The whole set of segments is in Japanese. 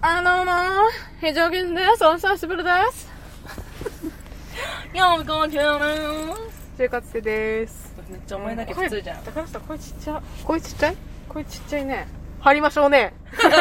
どうも非常勤です。お久しぶりです。 ようこんにちは。 就活生です。 めっちゃお前だけ普通じゃん。 だからさ、声ちっちゃ。 声ちっちゃい？ 声ちっちゃいね。 貼りましょうね。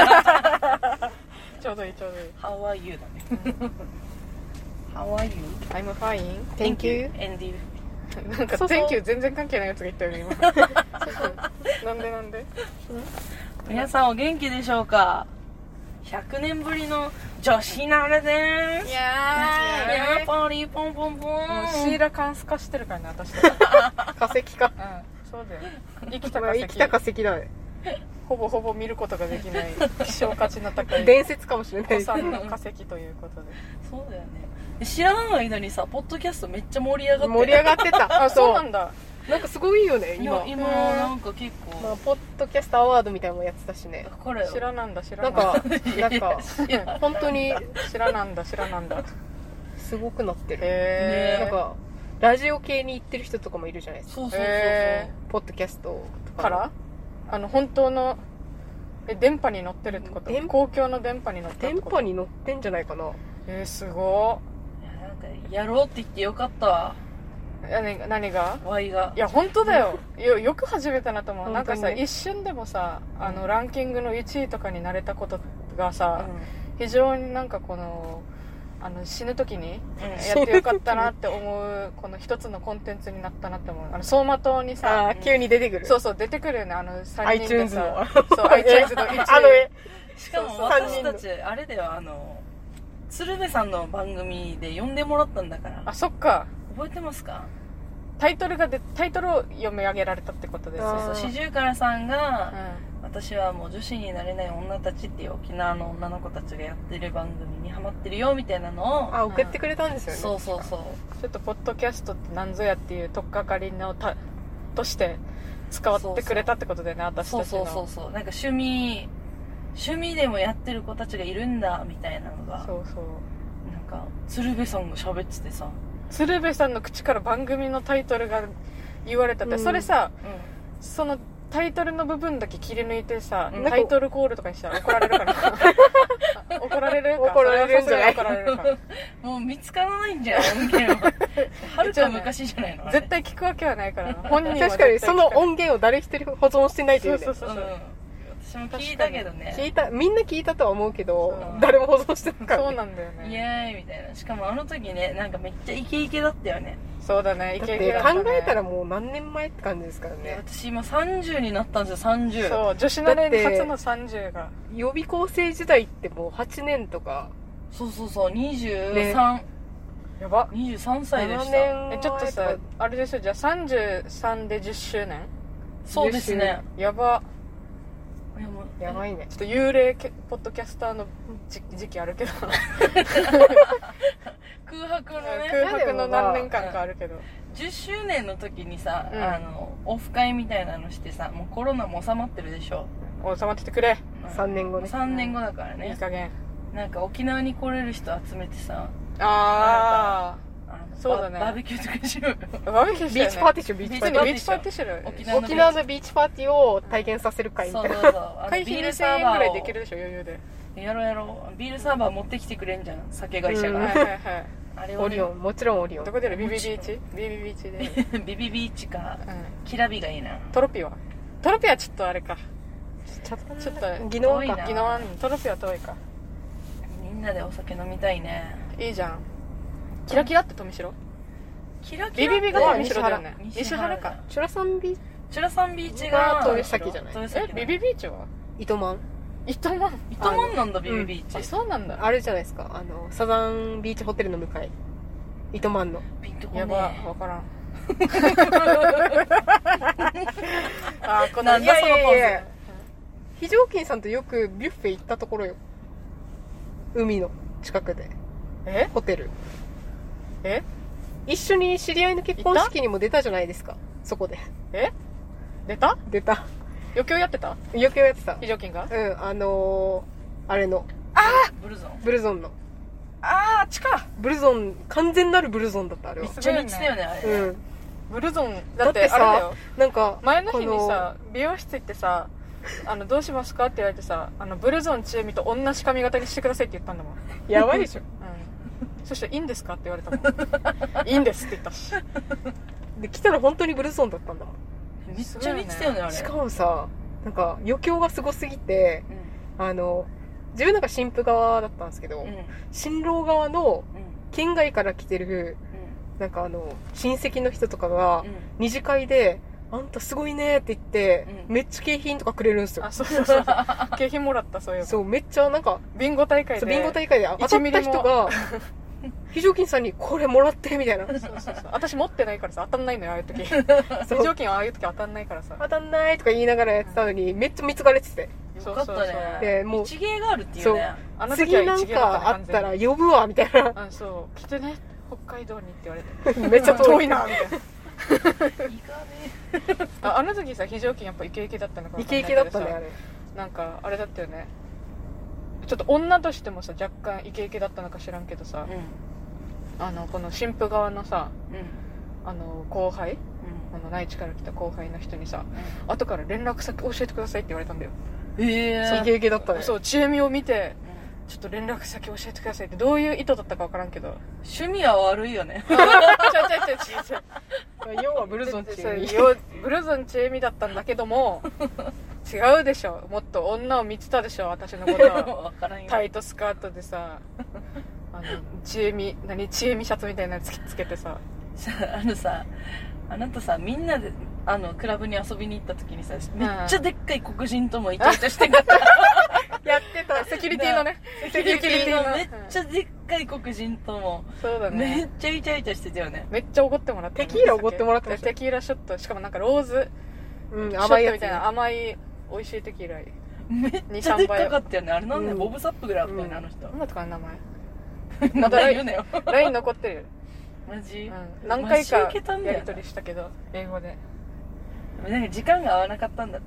ちょうどいいちょうどいい。 How are you だね。How are you? I'm fine. Thank you. And you? なんかそうそう Thank you 全然関係ないやつが言ったよね今。なんで皆さんお元気でしょうか。100年ぶりの女子慣れでーす。 いややっぱりポンポンポン。 シーラカンス化してるからね私たち。 化石か。 そうだよ。生きたま化石。 あ生きた化石だね。 ほぼ見ることができない希少価値の高い伝説かもしれない。 古参の化石ということで。 そうだよね。知らない間にさ、ポッドキャストめっちゃ盛り上がってる。 盛り上がってた。 あ、そうなんだ。 なんかすごいよね今。 今なんか結構、 まあポッドキャストアワードみたいなのもやってたしね。 これ知らなんだなんか本当に知らなんだすごくなってる。 へなんかラジオ系に行ってる人とかもいるじゃないですか。 そうそうそうそう、 ポッドキャストとかから本当の電波に乗ってるってこと？公共の電波に乗ってるってこと？ 電波に乗ってんじゃないかな。 すごいやなんかやろうって言ってよかったわ。 い。何が？ ワイが。 いや本当だよ。よく始めたなと思う。なんかさ、 本当に一瞬でもさランキングの1位とかになれたことがさ、非常になんかこの死ぬ時にやってよかったなって思うこの一つのコンテンツになったなって思う。走馬灯にさ、 急に出てくる。 そう出てくるよね。3人で iTunes さのそう iTunes の1位しかもそう私たちあれだよ、鶴瓶さんの番組で呼んでもらったんだから。 あ、そっか。 覚えてますか？ タイトルを読み上げられたってことですよ。 あーそう、四十からさんが、 う私はもう女子になれない女たちっていう沖縄の女の子たちがやってる番組にハマってるよみたいなのを、 送ってくれたんですよね。 そうそうそう、 んちょっとポッドキャストって何ぞやっていう取っかかりのとして使わってくれたってことでね、私たちの。 そうなんか趣味でもやってる子たちがいるんだみたいなのが、 そうなんか鶴瓶さんが喋っててさ、 鶴瓶さんの口から番組のタイトルが言われたって、それさ、そのタイトルの部分だけ切り抜いてさ、タイトルコールとかにしたら怒られるかな。怒られるか。 怒られるんじゃない？ 怒られるか。 もう見つからないんじゃない音源は。はるか昔じゃないの？ 絶対聞くわけはないからな。本人は確かにその音源を誰一人保存してないというね。 そう私も聞いたけどね。 みんな聞いたとは思うけどそう誰も保存してなかった。 そうなんだよね。 イエーイみたいな。しかもあの時ね、なんかめっちゃイケイケだったよね。 そうだね。イだっケイケてだったね。 考えたらもう何年前って感じですからね。 私今30になったんですよ。30。 そう、女子慣れに初の30が。 予備校生時代ってもう8年とか。 そう23、 ねやば。 23歳でし 7 た。 年前ちょっとさ、あれでしょ、じゃあ33で10周年そうですね。 やば。 いやもうやばいね。 ちょっと幽霊ポッドキャスターの時期あるけど。 空白のね、 空白の何年間かあるけど。 10周年の時にさ、 うんオフ会みたいなのしてさ、もうコロナも収まってるでしょ。 収まっててくれ。 3年後ね。 3年後だからいいね。 加減。 なんか沖縄に来れる人集めてさ、 あそうだねバーベキューとかしようよ。 ー。バーベキューしたよね。 ビーチパーティーしよう、ビーチパーティー。 ビーチパーティーしてる。 沖縄のビーチパーティーを体験させる会みたいな。 会費2000円ぐらいできるでしょ、余裕で。 やろう。ビールサーバー持ってきてくれんじゃん、酒会社が。 はいはいはい。 あれをねオリオン、もちろんオリオン。 どこでやる？ビビビーチで。 ビビビーチか、 うん。 キラビがいいな。 トロピはちょっとあれか。 ちょっと遠技能か。 いな宜野湾、トロピは遠いか。 みんなでお酒飲みたいね。 いいじゃん。キラキラって富城？ キラキラビビビが富城だよね。 西西原か。 チュラサンビーチチュラサンビーチがが豊崎じゃない？ 豊崎だビビビーチは糸満糸満。 糸満なんだ、ビビビーチ。 あ、そうなんだ。 あれじゃないですか。サザンビーチホテルの向かい。糸満の。 ピンとこねやば、わからん。あ、このなんだそのポーズ。 非常勤さんとよくビュッフェ行ったところよ。海の近くで。 えホテル。 え一緒に知り合いの結婚式にも出たじゃないですか。そこで。 え出た？ 出た。 余興やってた？ 余興やってた。 非常勤が？ うん、あれの、 ブルゾン。 ブルゾンの。 あー、地下。 ブルゾン、完全なるブルゾンだった、あれは。 めっちゃ似てたよね、あれ。 うん。 ブルゾン、だだっててっあれだよさ。、なんか、 前の日にさ、美容室行ってさ、 どうしますかって言われてさ、ブルゾンちえみと同じ髪型にしてくださいって言ったんだもん。 やばいでしょ。 そしたらいいんですかって言われたもん。いいんですって言ったし。 で来たら本当にブルゾンだったんだ。 めっちゃ似てたよね、あれ。 しかもさ、なんか余興がすごすぎて、自分なんか新婦側だったんですけど、新郎側の県外から来てる、なんか親戚の人とかが二次会で、あんたすごいねって言って、めっちゃ景品とかくれるんですよ。 あ、そうそうそう。景品もらった、そういう。 そう、めっちゃなんかビンゴ大会で当たった人が非常勤さんにこれもらってみたいな。 そうそうそう。私持ってないからさ、当たんないのよ、ああいう時。非常勤はああいう時当たんないからさ。 当たんないとか言いながらやってたのに、めっちゃ貢がれてて。 よかったね。 で、もう一芸があるっていうね。 次なんかあったら呼ぶわみたいな。 あ、そう。来てね、北海道にって言われて。 めっちゃ遠いな、みたいな。 いいかね。 あの時さ、非常勤やっぱイケイケだったのかイケイケだったね、あれ。 なんかあれだったよね。ちょっと女としてもさ、若干イケイケだったのか知らんけどさ、この新婦側のさ、後輩、内地から来た後輩の人にさ、後から連絡先教えてくださいって言われたんだよ。 イケイケだったね。 そう、ちえみを見て、ちょっと連絡先教えてくださいって、どういう意図だったか分からんけど、 趣味は悪いよね。 要はブルゾンちえみ。 ブルゾンちえみだったんだけども、違うでしょ。もっと女を見てたでしょ、私のことは。タイトスカートでさ、ちえみシャツみたいなのつけてさ。 あなたさ、みんなでクラブに遊びに行った時にさ、めっちゃでっかい黒人ともイチャイチャしてんかった。 やってた。 セキュリティのね。 セキュリティのめっちゃでっかい黒人とも、 そうだね。 めっちゃイチャイチャしてたよね。 めっちゃおごってもらって。 テキーラおごってもらってました。 テキーラショット、しかもなんかローズ、 甘いやつみたいな甘い美味しいテキーラ。 めっちゃでっかかったよね。あれなんだよ、ボブサップぐらいあったよね、あの人。 なんだとか名前。 まだ言うなよ。 LINE 残ってる。 マジ？ 何回かやり取りしたけど、英語で。 なんか時間が合わなかったんだった。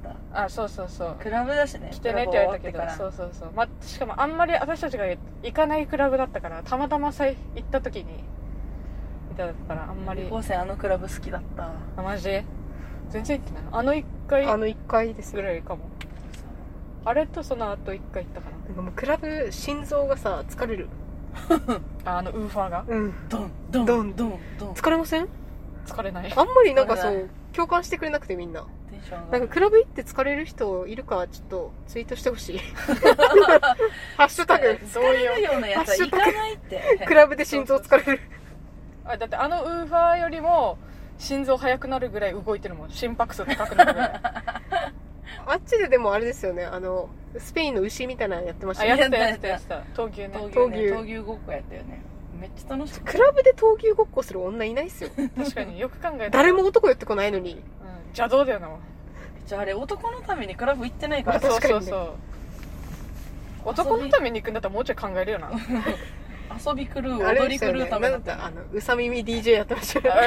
あ、そうそうそう。 クラブだしね。 来てねって言われたけど、そうそうそう。しかもあんまり私たちが行かないクラブだったから、たまたま行った時にいたから、あんまり。 高専クラブ好きだった。 あ、マジ？全然行ってない。 1回ですぐらいかも。あれとその後1回行ったかな。 なんかもうクラブ心臓がさ疲れる。 ウーファーが、 ドンドンドンドンドン。 疲れません？ 疲れない。 あんまりなんかそう共感してくれなくて、みんな。 テンションがなんかクラブ行って疲れる人いるかちょっとツイートしてほしい。ハッシュタグ。 疲れるようなやつは行かないって。 クラブで心臓疲れる。 だってウーファーよりも心臓速くなるぐらい動いてるもん。心拍数高くなるぐらい。 あっちででもあれですよね、スペインの牛みたいなのやってましたね。やってた。闘牛ね。 闘牛ごっこやったよね。めっちゃ楽しかった。 クラブで闘牛ごっこする女いないっすよ。 確かによく考えたら誰も男寄ってこないのに。 邪道だよな。 じゃああれ男のためにクラブ行ってないから。 そうそうそう。男のために行くんだったらもうちょい考えるよな。 遊び狂う、踊り狂うためだった。 うさ耳 DJ やってましたよ。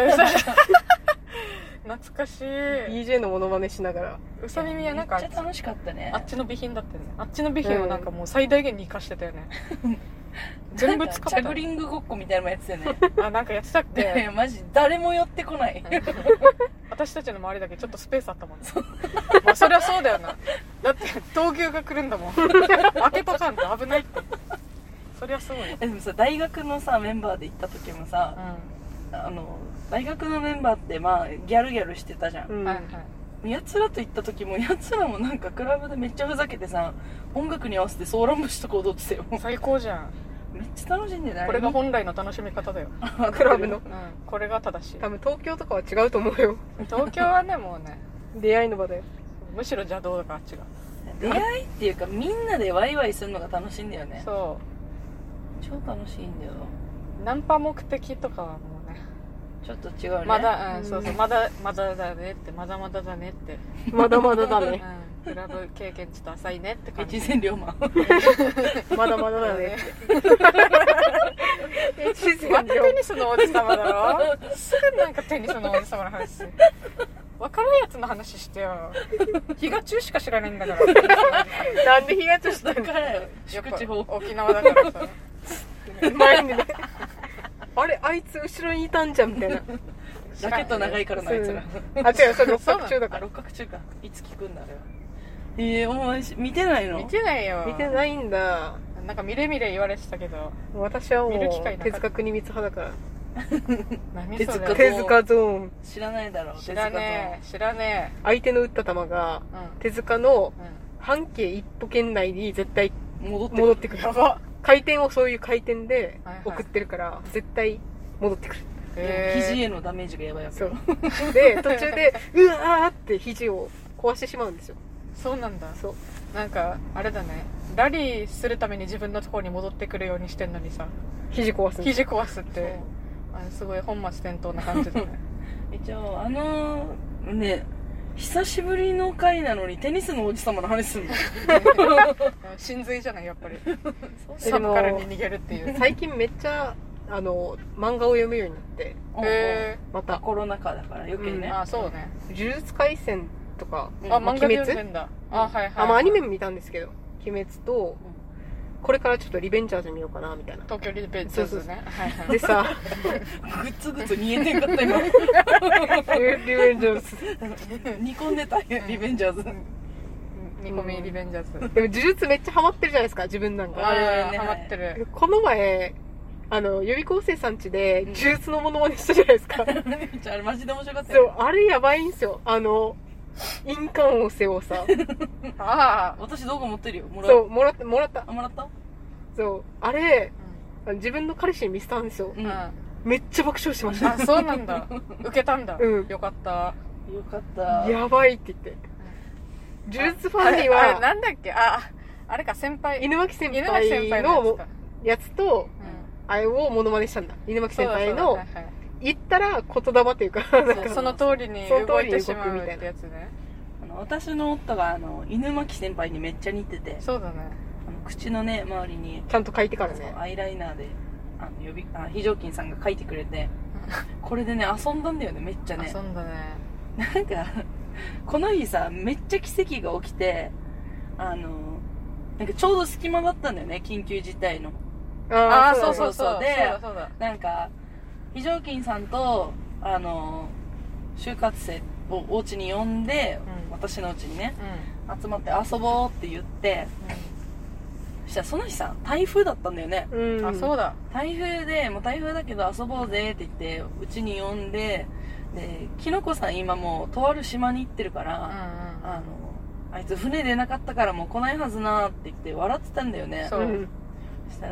懐かしい。 DJ のモノマネしながら。 うさ耳はなんかめっちゃ楽しかったね。 あっちの備品だったよね。あっちの備品をなんかもう最大限に生かしてたよね。全部使った。 ジャグリングごっこみたいなのもやってたよね。 なんかやってたっけ。 マジ誰も寄ってこない。 私たちの周りだけちょっとスペースあったもんね。まあそりゃそうだよな。だって闘牛が来るんだもん。開けとかんと危ないって。そりゃそうよ。 でもさ、大学のさメンバーで行った時もさ、大学のメンバーってまあギャルギャルしてたじゃん。やつらと行った時もやつらもなんかクラブでめっちゃふざけてさ、音楽に合わせてソーラン節とか踊ってたよ。 最高じゃん。 めっちゃ楽しんでない？ これが本来の楽しみ方だよ。 クラブの。 これが正しい。 多分東京とかは違うと思うよ。 東京はね、もうね、 出会いの場だよ。 むしろ邪道だからあっちが。 出会いっていうかみんなでワイワイするのが楽しいんだよね。 そう。 超楽しいんだよ。 ナンパ目的とかはもうね。 ちょっと違うね。 まだ、そうそう、まだだねって、まだまだだねって。 まだまだだね。 クラブ経験ちょっと浅いねって感じ。 越前龍馬。 まだまだだねって。越またテニスの王子様だろ。すぐなんかテニスの王子様の話。分からんやつの話してよ。比嘉中しか知らないんだから。 なんで比嘉中したんだからよ。宿地方。 沖縄だからさ。 前にね。あれあいつ後ろにいたんじゃんみたいな。 ラケット長いからなあいつら。 あ、違う、それ六角中だから。 六角中か。いつ聞くんだあれは。 お前見てないの？ 見てないよ。 見てないんだ。 なんか見れ言われてたけど、 私はも見る機会うなかった手塚国光派だから。 何それ。 手塚ゾーン。 知らないだろう。 知らねえ。 相手の打った球が手塚の半径一歩圏内に絶対戻ってくる。 やば。 回転をそういう回転で送ってるから、絶対戻ってくる。 肘へのダメージがやばいやつ。 そうで途中でうわーって肘を壊してしまうんですよ。 そうなんだ。 そうなんかあれだね、ラリーするために自分のところに戻ってくるようにしてんのにさ、 肘壊すってすごい本末転倒な感じだね。 一応ね、久しぶりの回なのにテニスのおじさまの話すんの。 真髄じゃないやっぱり。サブカルに逃げるっていう。 最近めっちゃ漫画を読むようになって、またコロナ禍だから余計ね。 あ、そうね。 呪術廻戦とか、 漫画で読んでんだ。はいはい。 アニメも見たんですけど、鬼滅とこれからちょっとリベンジャーズ見ようかなみたいな。 東京リベンジャーズね。 でさ、 グツグツ煮えてんかった今。 リベンジャーズ煮込んでたリベンジャーズ。 煮込みリベンジャーズ。 でも呪術めっちゃハマってるじゃないですか、自分なんか。 ハマってる。 この前予備校生さん家で呪術のモノマネしたじゃないですか。 あれマジで面白かったよ。そう、あれやばいんすよ。印鑑をせをさ。 私動画持ってるよ。 そう、もらった。 もらった？ そう、あれ、自分の彼氏に見せたんですよ。めっちゃ爆笑してました。 あ、そうなんだ。受けたんだ。よかった。 やばいって言って。呪術ファンには、 なんだっけ、あれか、先輩。 犬巻先輩のやつと、あれをモノマネしたんだ。犬巻先輩の、言ったら言霊っていうか、 その通りに動いてしまうってやつね。 私の夫が犬巻先輩にめっちゃ似てて。 そうだね。 口のね、周りにちゃんと書いてからね。 アイライナーで非常勤さんが書いてくれて、これでね遊んだんだよね、めっちゃね。 遊んだね。 なんかこの日さ、めっちゃ奇跡が起きて、なんかちょうど隙間だったんだよね、緊急事態の。 そうで、なんか非常勤さんと就活生をお家に呼んで、私の家にね、集まって遊ぼうって言って、そしたらその日さ、台風だったんだよね。 あ、そうだ。 台風で、もう台風だけど遊ぼうぜって言ってうちに呼んで、できのこさん今もうとある島に行ってるから、あいつ船出なかったからもう来ないはずなって言って笑ってたんだよね。 そう。 そしたら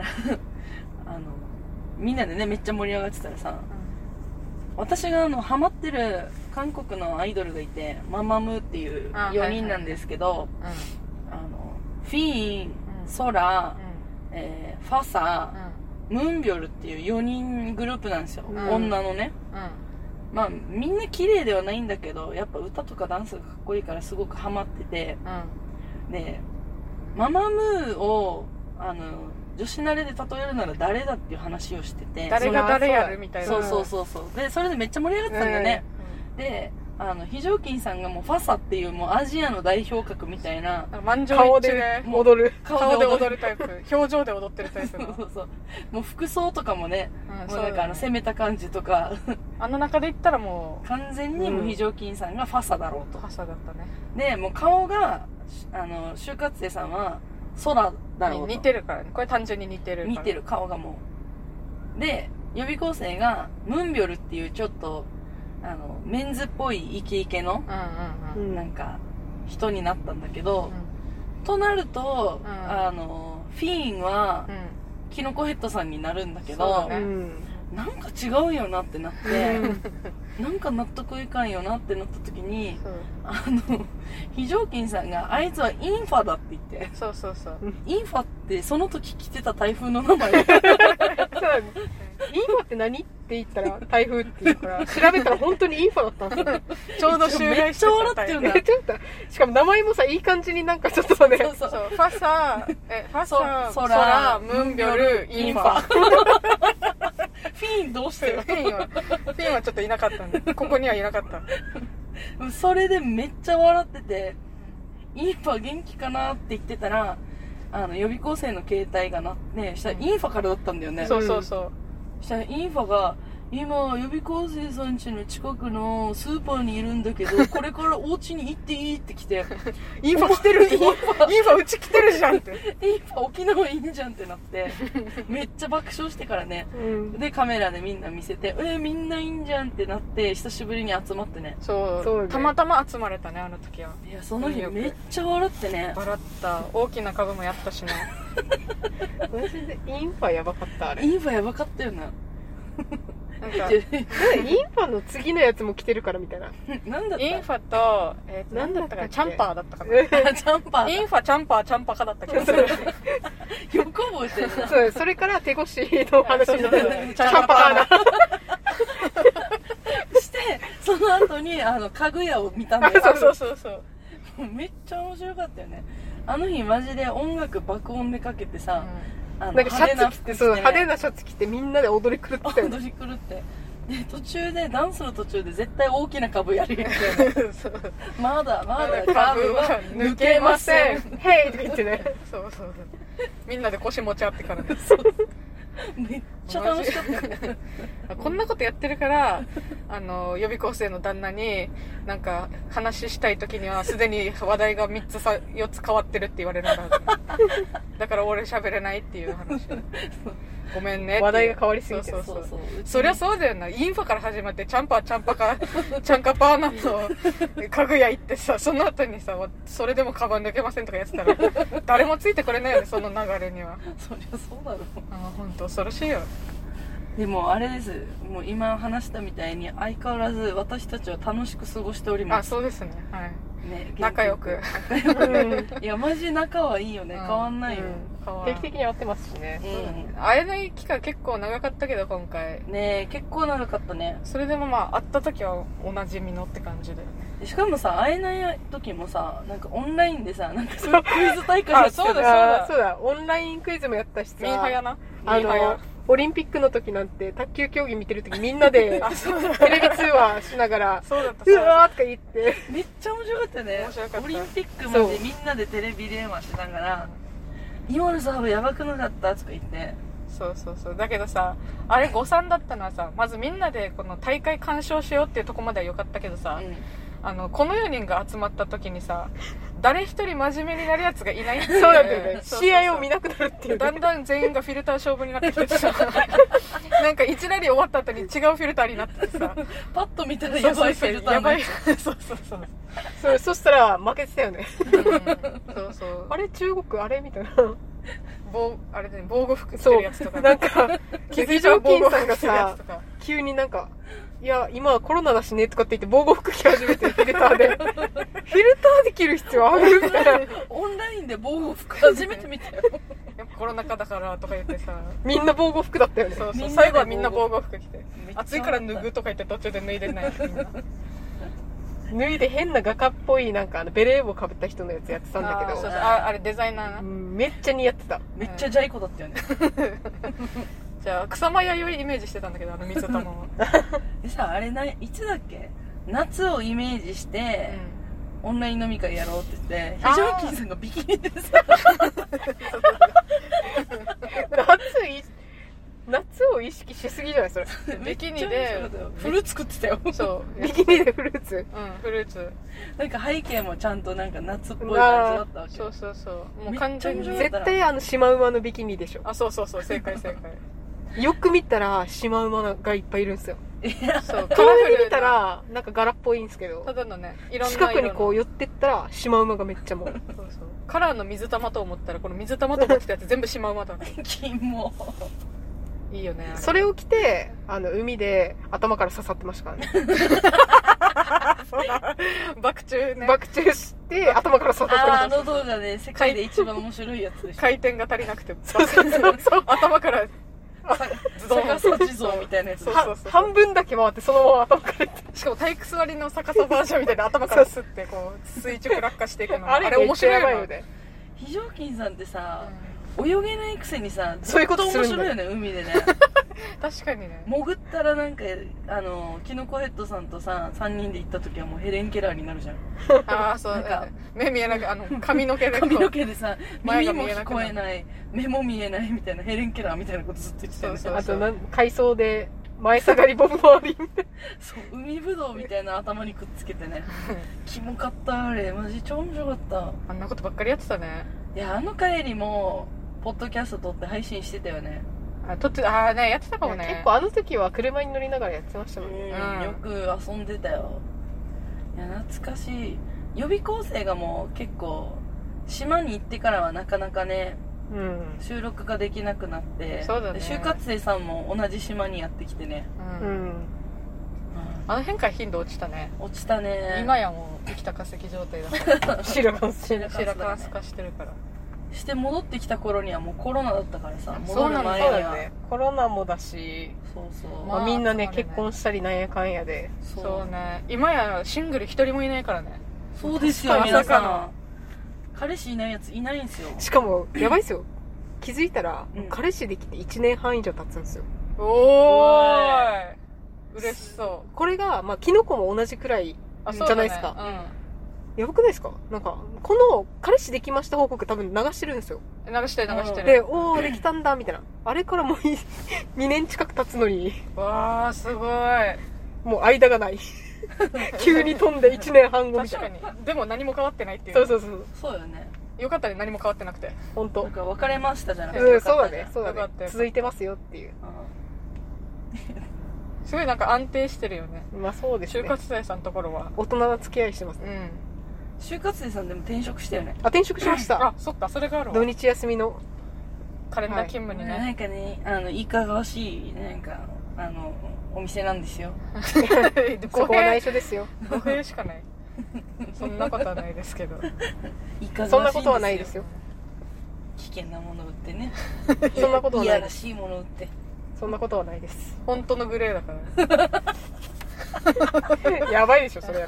みんなでねめっちゃ盛り上がってたらさ、私がハマってる韓国のアイドルがいて、ママムっていう4人なんですけど、フィーン、ソラ、ファサ、ムンビョルっていう4人グループなんですよ、女のね。まあみんな綺麗ではないんだけど、やっぱ歌とかダンスがかっこいいからすごくハマってて、でママムーを女子慣れで例えるなら誰だっていう話をしてて、 誰が誰やるみたいな。 そうでそれでめっちゃ盛り上がってたんだよね。で非常勤さんがもうファサっていうもうアジアの代表格みたいな、 満場一致で踊る、 顔で踊るタイプ、表情で踊ってるタイプの。 そうもう服装とかもね、もうなんか攻めた感じとか中で言ったらもう完全にもう非常勤さんがファサだろうと。 ファサだったね。 でもう顔が就活生さんは空だろうと。 似てるからね、これ単純に似てる顔がもう。で予備校生がムンビョルっていうちょっとメンズっぽいイケイケのなんか人になったんだけど、となるとフィーンはキノコヘッドさんになるんだけど、なんか違うよなってなってなんか納得いかんよなってなった時に、非常勤さんがあいつはインファだって言って、 そうインファってその時来てた台風の名前そうインファって何って言ったら台風って言うから、調べたら本当にインファだったんですよ。 ちょうど襲来してた台風。 しかも名前もさ、いい感じになんかちょっとね、 そうファサ、ソラ、ムンビョル、インファ。 フィーンどうしてる？ フィーンはちょっといなかったんで、ここにはいなかった。 それでめっちゃ笑ってて、インファ元気かなって言ってたら、予備校生の携帯がなって、したらインファからだったんだよね。 そう。 したらインファが、 今予備校生さん家の近くのスーパーにいるんだけどこれからお家に行っていいって来てインファ来てるインファうち来てるじゃんってインファ沖縄いいんじゃんってなってめっちゃ爆笑してからね、でカメラでみんな見せてみんないいんじゃんってなって久しぶりに集まってね。 そうね、たまたま集まれたねあの時は。 いやその日めっちゃ笑ってね。 笑った。大きな株もやったしねマジでインファやばかった。あれインファやばかったよななんかインファの次のやつも来てるからみたいななんだったインファと、なんだったかな、チャンパーだったかなチャンパーインファ、チャンパー、チャンパカだった気がするよく覚えてるな。 そう、それから手越しの話になったチチャンパーなしてその後に家具屋を見たんだよ。 そうめっちゃ面白かったよね。あの日マジで音楽爆音でかけてさ、 なんかシャツ着て、そう派手なシャツ着てみんなで踊り狂ってたよね。 踊り狂ってで途中でダンスの途中で絶対大きな株やるやんまだ株は抜けませんヘイとか言ってねそうみんなで腰持ち合ってからねめっちゃ楽しかったよねこんなことやってるから予備校生の旦那になんか話したい時にはすでに話題が3つ4つ変わってるって言われるんだだから俺喋れないっていう話ごめんね話題が変わりすぎて。 そりゃそうだよな。インファから始まってチャンパーチャンパカチャンカパーナの家具屋行ってさ、その後にさそれでもカバン抜けませんとかやってたら誰もついてこれないよね、その流れには。 そりゃそうだろう。 本当恐ろしいよ。 でもあれです、もう今話したみたいに相変わらず私たちは楽しく過ごしております。 そうですね、はいね、 仲良くいやマジ仲はいいよね、変わんないよ、 定期的に会ってますしね、 会えない期間結構長かったけど今回ね、結構長かったね。 それでも会った時はおなじみのって感じだよね。 しかもさ、会えない時もさ、なんかオンラインでさ、なんかそういうクイズ大会やってた。 そうだオンラインクイズもやったしさ、 ミーハヤなオリンピックの時なんて卓球競技見てる時みんなでテレビ通話しながらうわーとか言ってめっちゃ面白かったね。 面白かった。 オリンピックまでみんなでテレビ電話しながら今のサーブやばくなかったとか言って、 そうだけどさ、あれ誤算だったのはさ、まずみんなでこの大会鑑賞しようっていうとこまではよかったけどさ、この4人が集まった時にさ、誰一人真面目になるやつがいないっていう、 そうなんだよね。試合を見なくなるっていう、 だんだん全員がフィルター勝負になってきてさなんか1ラリー終わった後に違うフィルターになっててさパッと見たらやばいフィルターのやつそしたら負けてたよねそうあれ中国あれみたいなあれでね、防護服着てるやつとか、 なんか非常勤さんがさ急になんかいや今コロナだしねとかって言って防護服着始めてフィルターでフィルターで着る必要あるみたいなオンラインで防護服初めて見たよやっぱコロナ禍だからとか言ってさ、 みんな防護服だったよね。 そう最後はみんな防護服着て、暑いから脱ぐとか言って途中で脱いでないみんな脱いで変な画家っぽいなんかベレー帽かぶった人のやつやってたんだけど、 あれデザイナーな、 めっちゃ似合ってた。 めっちゃジャイコだったよねじゃあ草間彌生イメージしてたんだけど、水玉はでさ、あれいつだっけ、夏をイメージして、オンライン飲み会やろうって言って非常勤さんがビキニでさ夏を意識しすぎじゃないそれビキニでフルーツ食ってたよ。 そうビキニでフルーツ、 フルーツなんか背景もちゃんとなんか夏っぽい感じだったわけ。 そうもう完全に絶対シマウマのビキニでしょ。 そう正解よく見たらシマウマがいっぱいいるんですよ。 そうカラフル見たらなんか柄っぽいんですけど、 ただのね、いろんな近くにこう寄ってったらシマウマがめっちゃもうそうカラーの水玉と思ったらこの水玉と思ってたやつ全部シマウマだキモいいよね。 それを着て海で頭から刺さってましたからねそうだ爆中ね、 爆中して頭から刺さってました。 動画で世界で一番面白いやつでしょ。 回転が足りなくて頭からズドン逆さ地蔵みたいなやつ。 半分だけ回ってそのまま頭からしかも体育座りの逆さバージョンみたいな頭からスッてこう垂直落下していくのあれ面白いよね。 非常勤さんってさ、泳げないくせにさ、 そういうことするんだ面白いよね、海でね確かにね。 潜ったらなんかキノコヘッドさんとさ3人で行った時はもうヘレン・ケラーになるじゃん。 そうなんか目見えなく髪の毛でさ耳も聞こえない、目も見えないみたいな、ヘレン・ケラーみたいなことずっと言ってたよね。 あと海藻で前下がりボブ周りみたいな。 そう海ぶどうみたいな頭にくっつけてねキモかったあれマジ超面白かった。 あんなことばっかりやってたね。 いやあの帰りもポッドキャスト撮って配信してたよね。 ねやってたかもね。 結構あの時は車に乗りながらやってましたもんね。 よく遊んでたよ。いや懐かしい。予備校生がもう結構島に行ってからはなかなかね、収録ができなくなって、 そうだね、 就活生さんも同じ島にやってきてね、 あの辺から頻度落ちたね。 落ちたね。 今やもう生きた化石状態だから白カス化してるからして戻ってきた頃にはもうコロナだったからさ、 戻る前にはね、 コロナもだし、 そうみんなね結婚したりなんやかんやで、 そうね、今やシングル一人もいないからね。 そうですよ皆さん。彼氏いないやついないんですよ。 しかもやばいっすよ、気づいたら、彼氏できて1年半以上経つんですよ。 おーい嬉しそう。 これがまあキノコも同じくらいじゃないですか。やばくないですか？なんかこの彼氏できました報告多分流してるんですよ。 流してるで、おーできたんだみたいな。あれからもう2年近く経つのに、 わーすごい、 もう間がない急に飛んで1年半後みたいな。 確かに。でも何も変わってないっていう。 そうよね。 よかったね、何も変わってなくて。 本当。 なんか別れましたじゃなくて、 そうだね続いてますよっていう。 すごいなんか安定してるよね。 まあそうですね。 就活生さんのところは大人な付き合いしてますね。 就活生さんでも転職したよね。 転職しました。 あ、そっか、それがあるわ。 土日休みのカレンダー勤務にね。 なんかね、いかがわしいなんかお店なんですよ。 そこは内緒ですよ。 語弊しかない。そんなことはないですけど。 そんなことはないですよ。 危険なもの売ってね。 そんなことはない。 いやらしいもの売って。 そんなことはないです。 本当のグレーだから。 やばいでしょそれやった。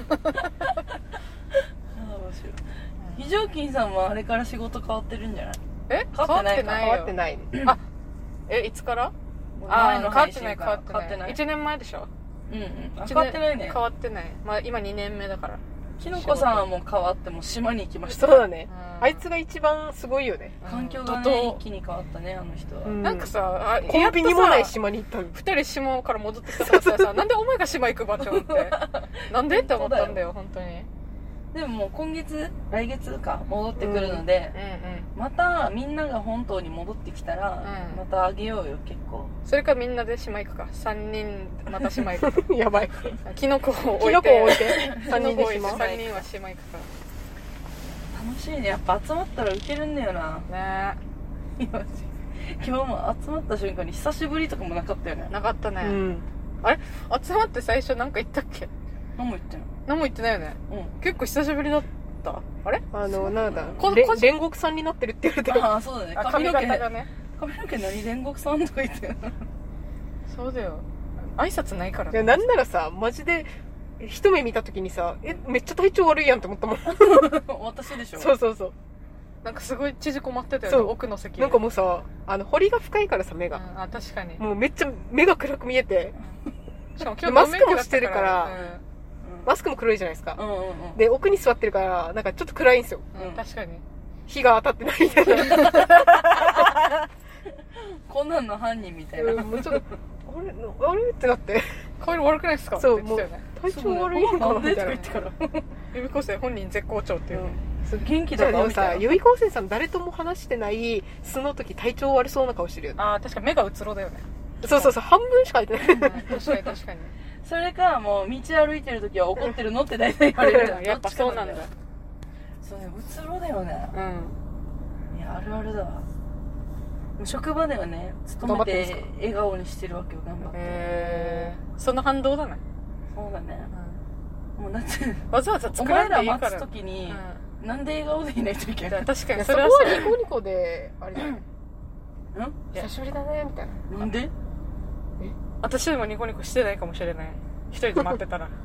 非常勤さんもあれから仕事変わってるんじゃない？ 変わってないよ。 変わってない。 あ、いつから？変わってない。1年前でしょ。 変わってないね。 変わってない。まあ今2年目だから。 きのこさんはもう変わっても島に行きました。 そうだね。あいつが一番すごいよね。 環境がね一気に変わったねあの人は。 なんかさ、 コンビニもない島に行ったの。 2人島から戻ってきたからさ、なんでお前が島行くばって思って。なんでって思ったんだよ本当に。 でももう今月来月か戻ってくるので、またみんなが本島に戻ってきたら、またあげようよ結構。 それかみんなで島行くか。3人また島行くか。 やばい。 キノコを置いて3人で島。3人は島行くか。 楽しいね。やっぱ集まったらウケるんだよな。 ね今日も集まった瞬間に久しぶりとかもなかったよね。 なかったね。あれ集まって最初なんか言ったっけ？ 何も言ってない。 何も言ってないよね。結構久しぶりだった。あれ？ なんだ煉獄さんになってるって言われてる。 ああそうだね。 髪型がね。 髪の毛何煉獄さんとか言ってる。 そうだよ。挨拶ないからね。 なんならさマジで一目見た時にさめっちゃ体調悪いやんって思ったもん。 私でしょ。 そうなんかすごい縮こまってたよね奥の席。 なんかもうさ彫りが深いからさ目が。 あ確かに。 もうめっちゃ目が暗く見えて。 しかも今日マスクもしてるから。マスクも黒いじゃないですか。で奥に座ってるからなんかちょっと暗いんですよ。 確かに。 日が当たってないみたいな。 こんなんの犯人みたいな。 もうちょっとあれってなって。 顔色悪くないですか？ そうもう体調悪いのかなみたいな。 言ってから。 予備校生本人絶好調っていう。 元気だなみたいな。 予備校生さん誰とも話してない素の時体調悪そうな顔してるよね。 確かに目がうつろだよね。 そう半分しか入ってない。 確かに。 それかもう道歩いてる時は怒ってるのって大体言われる。 やっぱそうなんだ。 そうね、うつろだよね。いやあるあるだわ。職場ではね勤めて笑顔にしてるわけよ。頑張って。 その反動だね。 そうだね。もうだってわざわざ作らんでいいから。 お前ら待つ時になんで笑顔でいないといけない。 確かにそこはニコニコであれじゃない。久しぶりだねみたいな。 なんで？ 私でもニコニコしてないかもしれない。一人で待ってたら。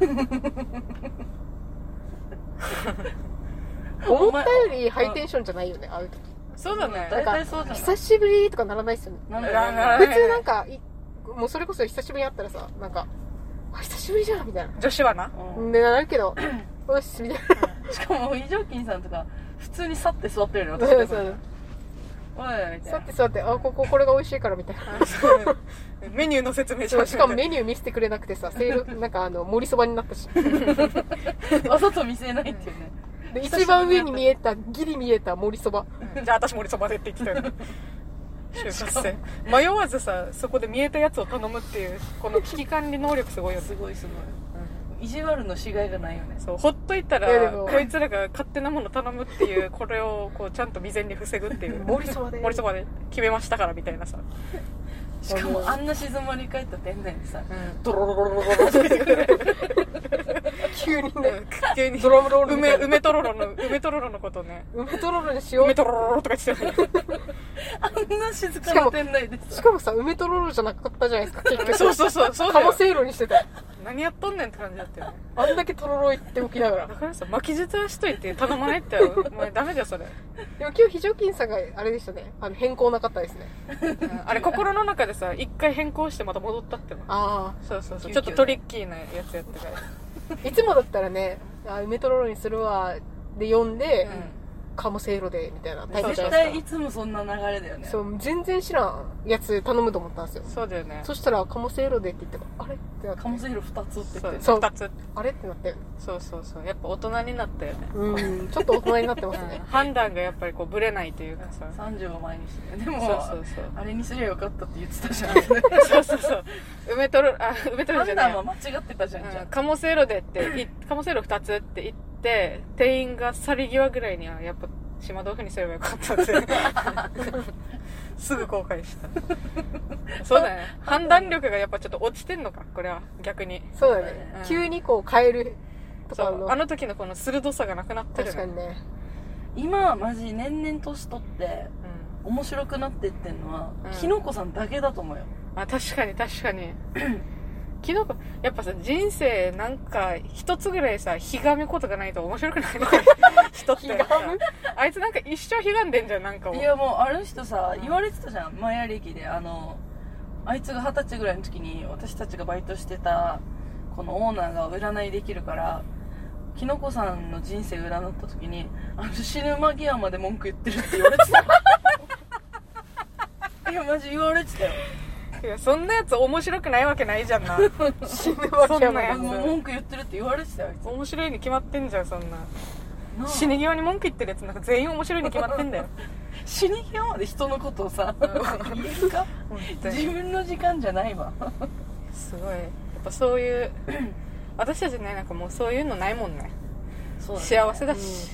思ったよりハイテンションじゃないよね会う時。 そうだね。 大体そうじゃない。 久しぶりとかならないっすよね。普通なんかもうそれこそ久しぶりに会ったらさなんか久しぶりじゃんみたいな。 女子はな。 でなるけどよしみたいな。しかも非常勤さんとか普通に去って座ってるの。 そうおいみたいな。 座ってこれが美味しいからみたいな。 メニューの説明しかもメニュー見せてくれなくてさ、なんか盛りそばになったし。 わざと見せないっていうね。 で一番上にギリ見えた盛りそば。 じゃあ私盛りそばでって言ってたよ。就活生迷わずさ、そこで見えたやつを頼むっていうこの危機管理能力すごいよね。 すごい、意地悪のしがいがないよね。 そうほっといたらこいつらが勝手なもの頼むっていうこれをこうちゃんと未然に防ぐっていう盛りそばで決めましたからみたいなさ。 しかもあんな静まり返った店内でさ、 ドロロロロロロ急にドラムロール梅とろろのことね、 梅とろろにしよう、 梅とろろろとか言ってたよね。 あんな静かな店内でしかもさ、梅とろろじゃなかったじゃないですか結局。 そう鴨せいろにしてた。 何やっとんねんって感じだったよね。 あんだけとろろ言っておきながら。 だからさ、巻き舌はしといて頼まないってお前ダメだよそれ。 でも今日非常勤さんがあれでしたね、変更なかったですね。 あれ心の中でさ、一回変更してまた戻ったっての。 ああ、 そうちょっとトリッキーなやつやってから。 いつもだったらね、梅とろろにするわで読んで、鴨せいろでみたいなタイプじゃ絶ないですか。 対いつもそんな流れだよね。 そう全然知らんやつ頼むと思ったんですよ。 そうだよね。 そしたら鴨せいろでって言ってあれってなって、 鴨せいろ2つって言って、 そう2つあれってなったよね。 そうやっぱ大人になったよね。 ちょっと大人になってますね。 判断がやっぱりこうブレないというかさ、 30を前にしてでもそうあれにすりゃよかったって言ってたじゃん。 そう梅とろろじゃない、 判断は間違ってたじゃん。 鴨せいろでって鴨せいろ2つって言って店員が去り際ぐらいにはやっぱ島豆腐にすればよかったってすぐ後悔した。そうだね、判断力がやっぱちょっと落ちてんのかこれは逆に。 そうだね、急にこう変えるとかあの時のこの鋭さがなくなってるね。 確かにね。 今はマジ年々年取って面白くなってってんのはきのこさんだけだと思うよ。 確かにきのこやっぱさ、人生なんか一つぐらいさひがむことがないと面白くないのか人ってさあいつなんか一生ひがんでんじゃんなんか。 いやもうある人さ言われてたじゃん、マヤ歴で。あいつが20歳ぐらいの時に私たちがバイトしてたこのオーナーが占いできるからきのこさんの人生占った時に死ぬ間際まで文句言ってるって言われてた。いやマジ言われてたよ。 いやそんなやつ面白くないわけないじゃんな。 死ぬわけはもう文句言ってるって言われてたよ。 面白いに決まってんじゃんそんな。死に際に文句言ってるやつなんか全員面白いに決まってんだよ。 死に際まで人のことをさ言えるか。自分の時間じゃないわ。 すごいやっぱそういう私たちね、なんかもうそういうのないもんね。 そうだね、 幸せだし、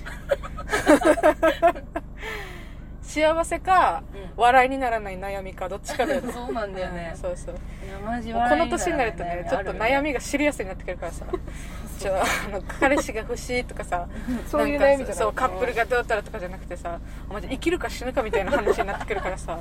幸せか、笑いにならない悩みかどっちかだよね。 そうなんだよね。 そういやマジこの年になるとねちょっと悩みがシリアスになってくるからさ彼氏が欲しいとかさそういう悩みじゃない。 そうカップルがどうたらとかじゃなくてさ、マジ生きるか死ぬかみたいな話になってくるからさ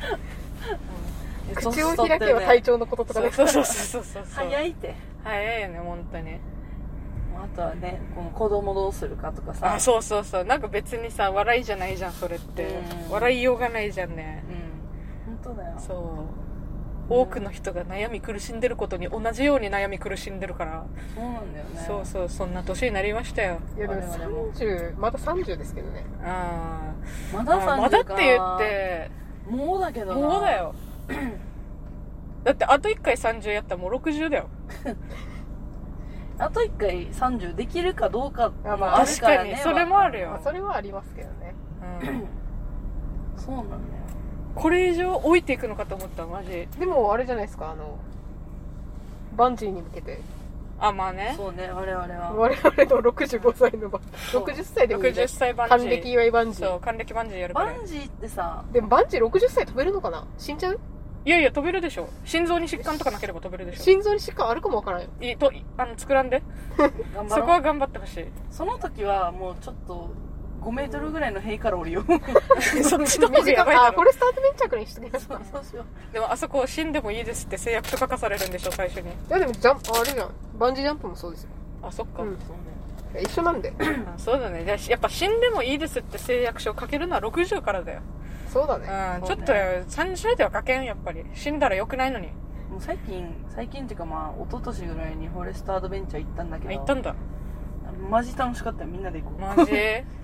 口を開けば体調のこととかね。 そう早いって早いよね本当に。 あとはねこの子供どうするかとかさ。 そうなんか別にさ笑いじゃないじゃんそれって、笑いようがないじゃんね。 本当だよ。 そう多くの人が悩み苦しんでることに同じように悩み苦しんでるから。 そうなんだよね。 そんな年になりましたよ。 いやでもまだ30ですけどね。 まだ30か。 まだって言ってもうだけどな。 もうだよだってあと1回30やったらもう60だよ。 あと1回30できるかどうかもあるからね。 確かにそれもあるよ。 それはありますけどね。 そうなんだよ。 これ以上置いていくのかと思ったマジ。 でもあれじゃないですか、バンジーに向けて。 まあね。 そうね、我々の 65歳の60歳でもいいね。 60歳バンジー。 還暦祝いバンジー。 そう、還暦バンジーやるから。 バンジーってさ、 でもバンジー60歳飛べるのかな。死んじゃう。 いや飛べるでしょ。心臓に疾患とかなければ飛べるでしょ。 心臓に疾患あるかもわからんよ。 作らんでそこは頑張ってほしい。 その時はもうちょっと5メートルぐらいの塀から降りよう。 そっちの方がやばいだろ。 フォレストアドベンチャーくらいにしてください。 そうしよう。 でもあそこ死んでもいいですって制約と書かされるんでしょ最初に。いやでもあれじゃん、バンジージャンプもそうですよ。 そっか、そうね、 一緒なんで。 そうだね。やっぱ死んでもいいですって誓約書を書けるのは60からだよ。 そうだね。 ちょっと30では書けん。やっぱり死んだら良くないのに。 もう最近っていうか一昨年ぐらいにフォレストアドベンチャー行ったんだけど。 行ったんだ。 マジ楽しかったよ。みんなで行こう。 マジ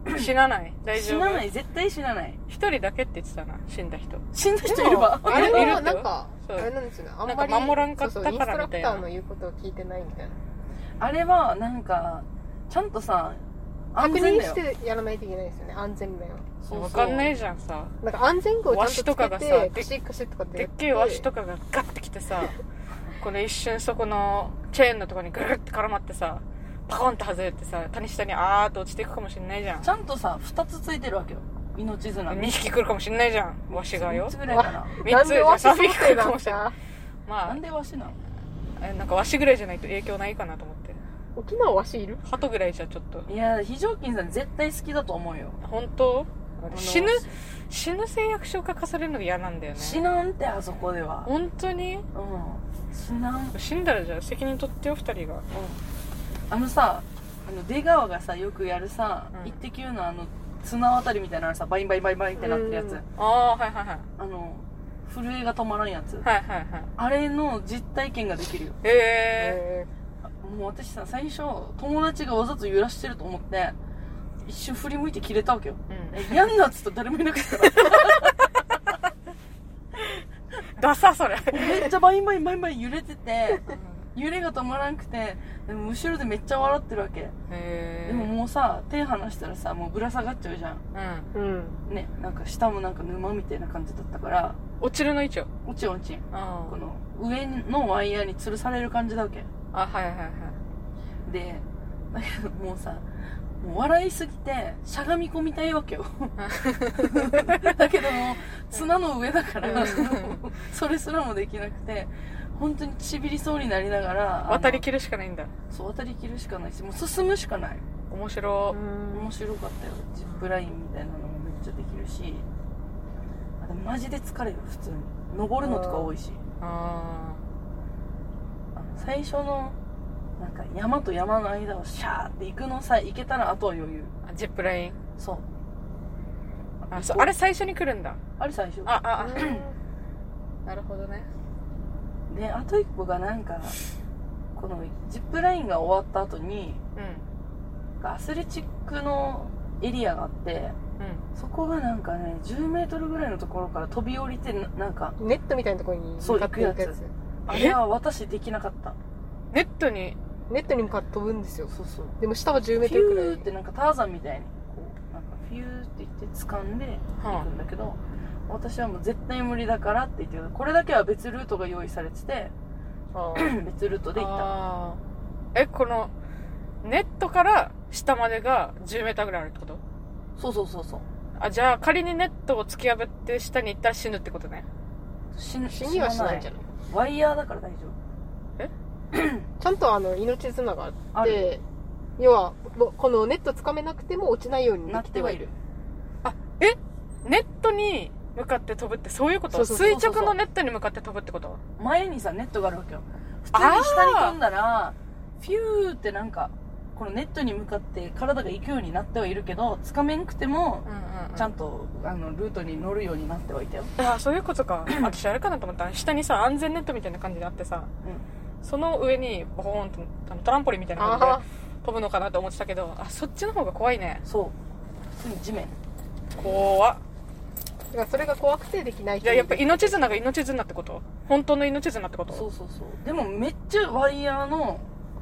死なない？大丈夫？ 死なない、絶対死なない。 一人だけって言ってたな、死んだ人。 死んだ人いるわ。 あれいるはなんかあれなんですよね、あんまり守らんかったからみたいな。 インストラクターの言うことを聞いてないみたいな。 あれはなんかちゃんとさ、 確認してやらないといけないですよね、安全面を。 そう分かんないじゃんさ。 なんか安全具をちゃんとつけてワシとかがさカシッカシッとかってでっけえワシとかがガッてきてさこの一瞬そこのチェーンのところにグルって絡まってさ、パコンって外れてさ、谷下にあーっと落ちていくかもしんないじゃん。 ちゃんとさ2つついてるわけよ、命綱 2匹来るかもしんないじゃん、ワシがよ。 3つぐらいかな。 なんでワシ 3 想匹来定なんるかもしれない。 かまなんでワシなの？ あなんかワシぐらいじゃないと影響ないかなと思って。 沖縄ワシいる？ 鳩ぐらいじゃちょっと。 いや、非常勤さん絶対好きだと思うよ。 本当？死ぬ誓約書書かされるのが嫌なんだよね。 死なんって、あそこでは。 本当に？ 死なん。 死んだらじゃあ責任取ってよ、2人が。 あのさ、出川がさよくやるさ、 うんイッテ Q の綱渡りみたいなのさ、バインバインバインバインってなってるやつ、 ああ、はいはいはい。 震えが止まらんやつ、 はいはいはい。 あれの実体験ができるよ。 へもう私さ、最初友達がわざと揺らしてると思って一瞬振り向いて切れたわけよ。 うん。 やんなっつったら誰もいなかったからダサそれ。 めっちゃバインバインバインバイン揺れてて、揺れが止まらんくて、でも後ろでめっちゃ笑ってるわけ。 へでももうさ、手離したらさ、もうぶら下がっちゃうじゃんうんうんね。なんか下もなんか沼みたいな感じだったから、 落ちるの一応。 落ちん落ちん、 あこの上のワイヤーに吊るされる感じだわけあ、はいはいはい。 で、だけどもうさ、もう笑いすぎてしゃがみ込みたいわけよだけども綱の上だからそれすらもできなくて、本当にちびりそうになりながら渡り切るしかないんだ。 そう、渡り切るしかないし、もう進むしかない。 面白。 面白かったよ。ジップラインみたいなのもめっちゃできるし、あでもマジで疲れる、普通に登るのとか多いし。 あ最初のなんか山と山の間をシャーって行くのさえ行けたら、あとは余裕。 あ、ジップライン。 そう、 あれ最初に来るんだ。 あれ最初あなるほどね。 で、あと一個がなんかこのジップラインが終わった後にアスレチックのエリアがあって、そこがなんかね10メートルぐらいのところから飛び降りて、なんかネットみたいなところに向かっていくやつ。 あれは私できなかった。 ネットに向かって飛ぶんですよ。 そうそう、 でも下は10メーフトルくらい。 ューってなんかターザンみたいにこうなんかフューって言って掴んで行くんだけど、私はもう絶対無理だからって言ってる。これだけは別ルートが用意されてて別ルートで行ったこのネットから下までが10メーターぐらいあるってこと？ そうそうそうそう。 あ、じゃあ仮にネットを突き破って下に行ったら死ぬってことね。 死にはしないんじゃない？ ワイヤーだから大丈ちゃんと命綱がああるって、要はこのネットつかめなくても落ちないように夫。なできてはいる。 ネットに向かって飛ぶってそういうこと？ そうそうそう垂直のネットに向かって飛ぶってこと？ 前にさネットがあるわけよ。普通に下に飛んだらフューってなんかこのネットに向かって体が行くようになってはいるけど、つかめんくてもちゃんとルートに乗るようになってはいたよ。 ああ、そういうことか。私あれかなと思ったら、下にさ安全ネットみたいな感じであってさ、その上にボコーンとトランポリンみたいな感じで飛ぶのかなと思ってたけど、あ、そっちの方が怖いね。 そう、普通に地面。 怖っ。 だからそれが怖くてできない人。 じゃあやっぱ命綱が命綱ってこと？本当の命綱ってこと？ そうそうそう。でもめっちゃワイヤーの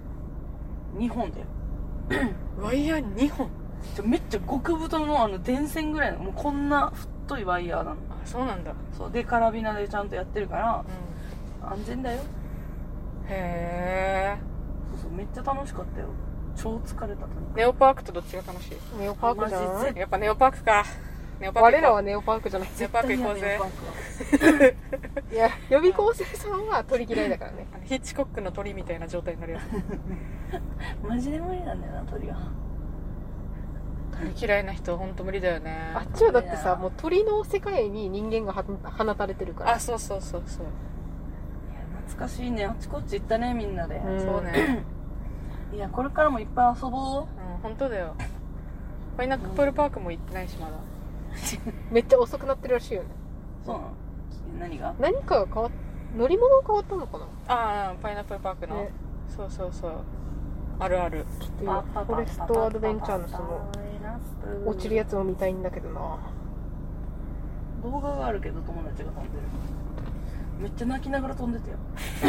2本だよワイヤー2本？ めっちゃ極太の電線ぐらいの、もうこんな太いワイヤーなの。 あ、そうなんだ。 そうで、カラビナでちゃんとやってるから、安全だよ。 へえ。 そうそう、めっちゃ楽しかったよ。超疲れたとに。 ネオパークとどっちが楽しい？ ネオパークじゃマジない？ やっぱネオパークか。ネオパーク行こう。 我らはネオパークじゃない。 ネオパーク行こうぜ。 ネオパークはいや、予備校生さんは鳥嫌いだからね。 ヒッチコックの鳥みたいな状態になるやつ。 マジで無理なんだよな、鳥が。 鳥嫌いな人ほんと無理だよね。 あっちはだってさ、もう鳥の世界に人間が放たれてるから。 あ、そうそうそうそう。 懐かしいね。あっちこっち行ったね、みんなで。 そうね。 いや、これからもいっぱい遊ぼう。 本当だよ。パイナップルパークも行ってないしまだ。 めっちゃ遅くなってるらしいよね。 そうなの？何が？ 何かが変わっ乗り物が変わったのかな。 ああ、パイナップルパークの、 ね、 そうそうそう、あるある。 フォレストアドベンチャーのその落ちるやつを見たいんだけどな。 動画があるけど友達が飛んでる。めっちゃ泣きながら飛んでたよ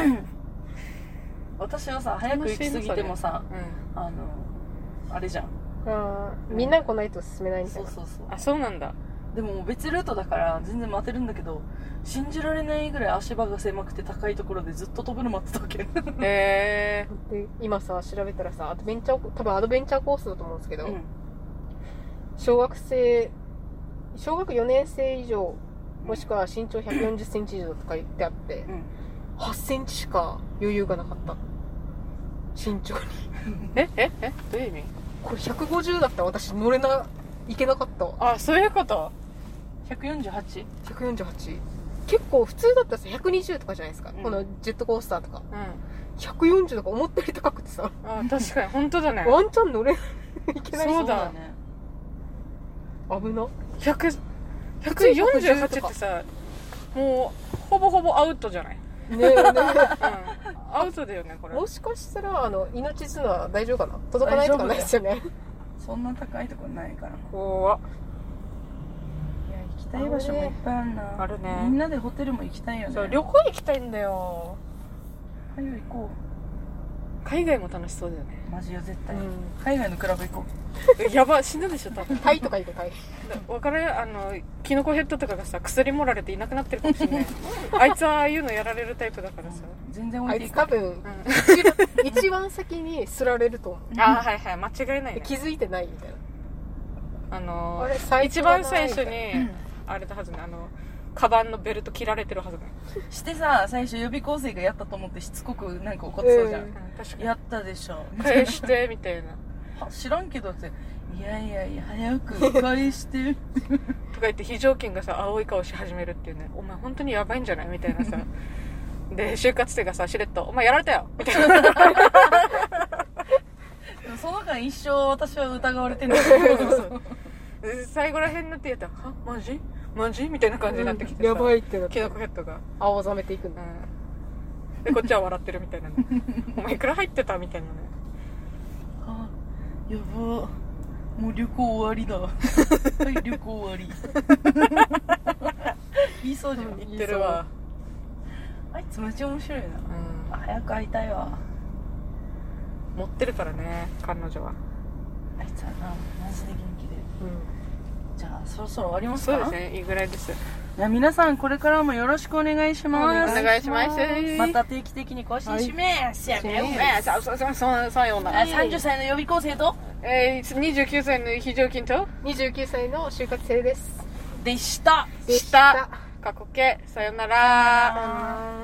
私はさ早く行き過ぎてもさ、あれじゃん。 みんな来ないと進めないみたいな。 そうあ、そうなんだ。 でも別ルートだから全然待てるんだけど、信じられないぐらい足場が狭くて高いところでずっと飛ぶの待ってたわけで今さ調べたらさ多分アドベンチャーコースだと思うんですけど、小学4年生以上もしくは身長140センチ以上とか言ってあって、8センチしか余裕がなかった身長にどういう意味？ これ150だったら私いけなかったわ。 あ、そういうこと。 148？ 148結構普通だったらさ120とかじゃないですか、このジェットコースターとか、140とか思ったより高くてさ、 確かに本当だね。 ワンチャン乗れいけない。 そうだね。 危な。 148ってさ、もうほぼほぼアウトじゃない？アウトだよねこれ。 もしかしたら命綱は大丈夫かな？届かないとかないですよね。 そんな高いとこないから。 怖っ。 いや行きたい場所もいっぱいあるな。 あるね。 みんなでホテルも行きたいよね。 そう、旅行行きたいんだよ。 早く行こう。海外も楽しそうだよね。 マジよ絶対。海外のクラブ行こう。やば、死ぬでしょ多分。 タイとか行くタイ。 わかる？キノコヘッドとかがさ薬盛られていなくなってるかもしれない。あいつはああいうのやられるタイプだからさ。 全然置いていく。 あいつ多分一番先にすられると思う。 はいはい、間違いないね。 気づいてないみたいな。一番最初にあれだはずね、カバンのベルト切られてるはずね。 してさ、最初予備校生がやったと思ってしつこくなんか怒ってそうじゃん。 確かに。 やったでしょ。 返してみたいな。 知らんけどって、いや早く返してとか言って非常勤がさ青い顔し始めるっていうね。お前本当にやばいんじゃないみたいなさ。で就活生がさしれっとお前やられたよみたいな。 その間一生私は疑われてるんだけど最後らへんになってやったらはマジみたいな感じになってきてさ、 やばいってなってキノコヘッドが青ざめていくんだ、 でこっちは笑ってるみたいなね。お前いくら入ってたみたいなね。 あ、やば、もう旅行終わりだ。はい、旅行終わり。言いそうじゃん。 言ってるわ。 あいつめっちゃ面白いな。早く会いたいわ。 持ってるからね彼女は。 あいつはなマジで元気で。じゃあそろそろ終わりますか？ そうですね、いいぐらいです。 じゃあ皆さんこれからもよろしくお願いします。 お願いします。 また定期的に更新します。 そうような。 30歳の予備校生と 29歳の非常勤と 29歳の就活生です。 でした。 過去形。さよなら。